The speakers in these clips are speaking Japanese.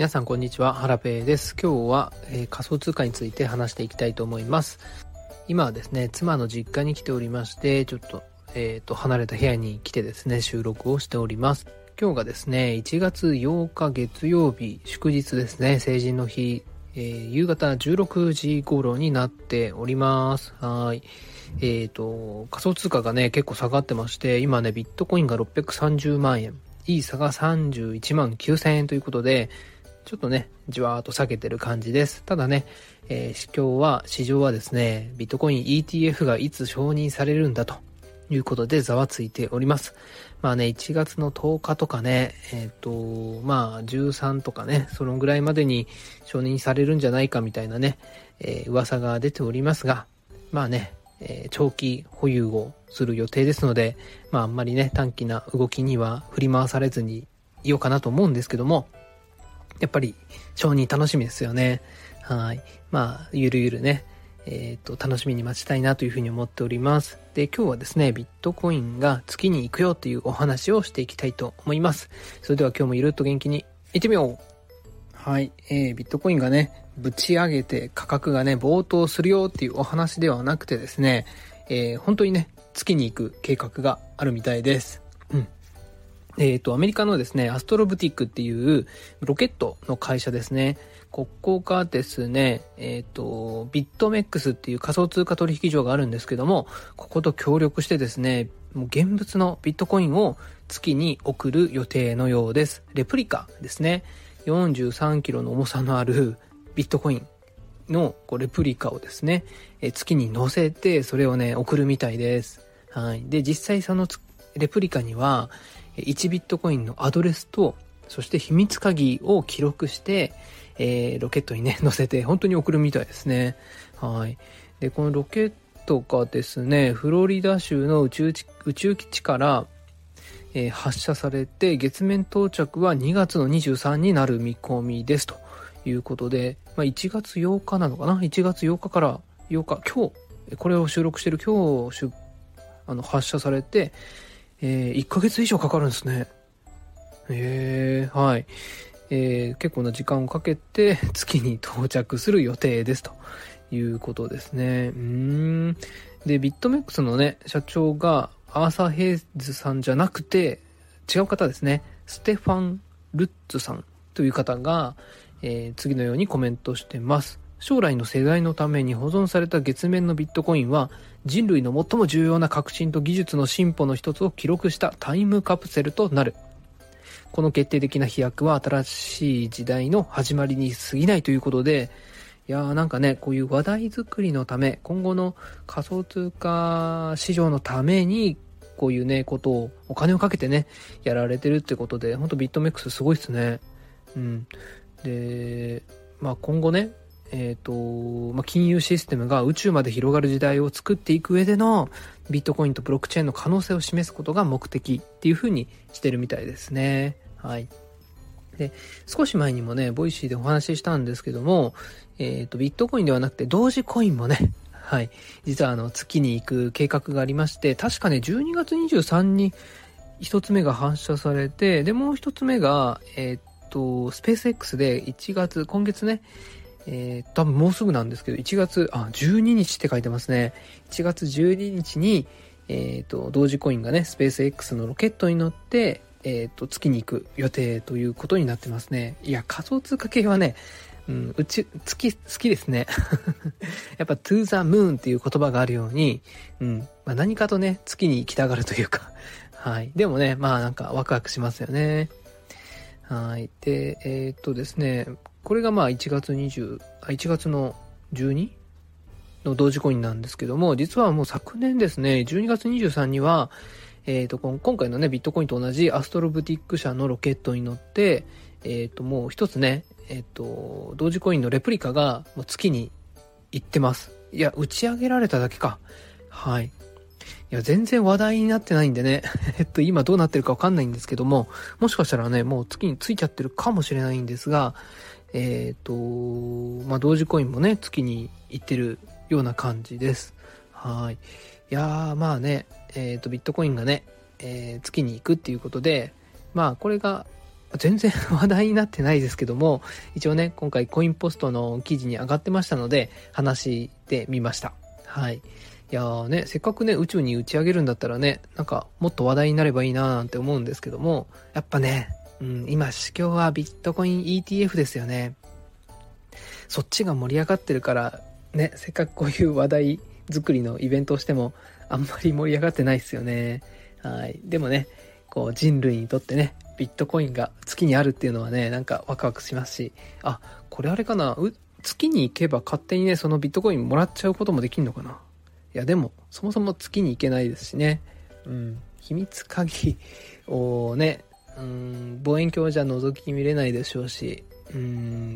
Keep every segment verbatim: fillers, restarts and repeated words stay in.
皆さんこんにちは、ハラペーです。今日は、えー、仮想通貨について話していきたいと思います。今はですね、妻の実家に来ておりまして、ちょっと、えーと、離れた部屋に来てですね、収録をしております。今日がですね、いちがつようか月曜日、祝日ですね、成人の日、えー、夕方じゅうろくじ頃になっております。はい。えーと、仮想通貨がね、結構下がってまして、今ね、ビットコインがろっぴゃくさんじゅうまんえん、イーサがさんじゅういちまんきゅうせんえんということで、ちょっとね、じわーっと下げてる感じです。ただね、えー、今日は、市場はですね、ビットコイン イーティーエフ がいつ承認されるんだということでざわついております。まあね、いちがつのとおかとかね、えっと、まあじゅうさんとかね、そのぐらいまでに承認されるんじゃないかみたいなね、えー、噂が出ておりますが、まあね、えー、長期保有をする予定ですので、まああんまりね、短期な動きには振り回されずにいようかなと思うんですけども、やっぱり承認楽しみですよね。はい。まあ、ゆるゆるね、えっと、楽しみに待ちたいなというふうに思っております。で、今日はですね、ビットコインが月に行くよというお話をしていきたいと思います。それでは今日もゆるっと元気に行ってみよう。はい。えー、ビットコインがね、ぶち上げて価格がね、暴騰するよっていうお話ではなくてですね、えー、本当にね、月に行く計画があるみたいです。うん。えっと、アメリカのですね、アストロブティックっていうロケットの会社ですね。ここがですね、えっと、ビットメックスっていう仮想通貨取引所があるんですけども、ここと協力してですね、もう現物のビットコインを月に送る予定のようです。レプリカですね。よんじゅうさんキロの重さのあるビットコインのこうレプリカをですね、え月に乗せてそれをね、送るみたいです。はい。で、実際そのレプリカには、いちビットコインのアドレスと、そして秘密鍵を記録して、えー、ロケットにね、乗せて本当に送るみたいですね。はい。で、このロケットがですね、フロリダ州の宇宙地、宇宙基地から、えー、発射されて、月面到着はにがつのにじゅうさんにちになる見込みですということで、まあ、いちがつようかなのかな ?いちがつようかからようか、今日、これを収録してる今日、あの発射されて、えー、いっかげつ以上かかるんですね。えー、はい。えー、結構な時間をかけて月に到着する予定ですということですね。うーん。で、ビットメックスのね、社長がアーサー・ヘイズさんじゃなくて違う方ですね。ステファン・ルッツさんという方が、えー、次のようにコメントしてます。将来の世代のために保存された月面のビットコインは人類の最も重要な革新と技術の進歩の一つを記録したタイムカプセルとなる。この決定的な飛躍は新しい時代の始まりに過ぎないということで、いやーなんかね、こういう話題作りのため、今後の仮想通貨市場のために、こういうね、ことをお金をかけてね、やられてるってことで、ほんとビットメックスすごいっすね。うん。で、まあ今後ね、えっと、まあ、金融システムが宇宙まで広がる時代を作っていく上でのビットコインとブロックチェーンの可能性を示すことが目的っていう風にしてるみたいですね。はい。で、少し前にもね、ボイシーでお話ししたんですけども、えっと、ビットコインではなくて同時コインもね、はい。実はあの、月に行く計画がありまして、確かね、じゅうにがつにじゅうさんにちに一つ目が発射されて、で、もう一つ目が、えっと、スペース X でいちがつ、今月ね、えー、多分もうすぐなんですけど、いちがつ、あ、じゅうににちって書いてますね。いちがつじゅうににちに、えっと、同時コインがね、スペース X のロケットに乗って、えっと、月に行く予定ということになってますね。いや、仮想通貨系はね、うん、うち、月、好きですね。やっぱ to the moon っていう言葉があるように、うん、まあ、何かとね、月に行きたがるというか、はい。でもね、まあなんかワクワクしますよね。はい。で、えー、っとですね、これがまあいちがつにじゅう、あ、いちがつのじゅうにの同時コインなんですけども、実はもう昨年ですね、じゅうにがつにじゅうさんにちには、えっと、今回のね、ビットコインと同じアストロブティック社のロケットに乗って、えっと、もう一つね、えっと、同時コインのレプリカがもう月に行ってます。いや、打ち上げられただけか。はい。いや、全然話題になってないんでね。えっと、今どうなってるかわかんないんですけども、もしかしたらね、もう月についちゃってるかもしれないんですが、えっと、まあ、同時コインもね、月に行ってるような感じです。はい。いやー、まあね、えっと、ビットコインがね、えー、月に行くっていうことで、まあ、これが、 全然話題になってないですけども、一応ね、今回コインポストの記事に上がってましたので、話してみました。はい。いやーね、せっかくね、宇宙に打ち上げるんだったらね、なんかもっと話題になればいいなーなんて思うんですけども、やっぱね、うん、今、市況はビットコイン イーティーエフ ですよね。そっちが盛り上がってるから、ね、せっかくこういう話題作りのイベントをしても、あんまり盛り上がってないですよね。はい。でもね、こう人類にとってね、ビットコインが月にあるっていうのはね、なんかワクワクしますし、あ、これあれかな、う月に行けば勝手にね、そのビットコインもらっちゃうこともできるのかな。いや、でも、そもそも月に行けないですしね。うん。秘密鍵をね、うん、望遠鏡じゃ覗き見れないでしょうし、うん、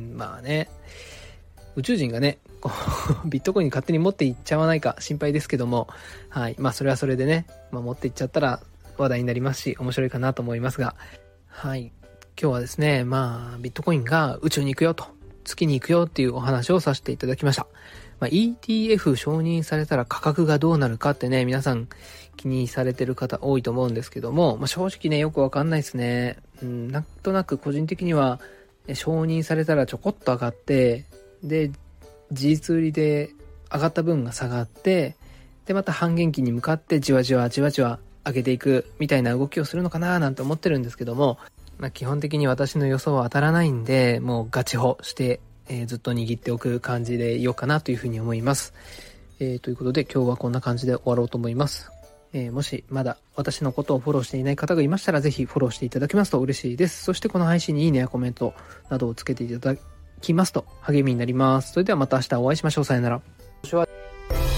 まあね、宇宙人がね、こうビットコイン勝手に持っていっちゃわないか心配ですけども、はい。まあそれはそれでね、まあ持っていっちゃったら話題になりますし、面白いかなと思いますが、はい。今日はですね、まあビットコインが宇宙に行くよと、月に行くよっていうお話をさせていただきました。まあ、イーティーエフ 承認されたら価格がどうなるかってね、皆さん気にされてる方多いと思うんですけども、まあ、正直ね、よくわかんないですね。うん、なんとなく個人的には、承認されたらちょこっと上がって、で、事実売りで上がった分が下がって、で、また半減期に向かってじわじわじわじわ上げていくみたいな動きをするのかななんて思ってるんですけども、まあ、基本的に私の予想は当たらないんで、もうガチホして、えー、ずっと握っておく感じでいようかなというふうに思います。えー、ということで今日はこんな感じで終わろうと思います。えー、もしまだ私のことをフォローしていない方がいましたらぜひフォローしていただけますと嬉しいです。そしてこの配信にいいねやコメントなどをつけていただきますと励みになります。それではまた明日お会いしましょう。さよなら。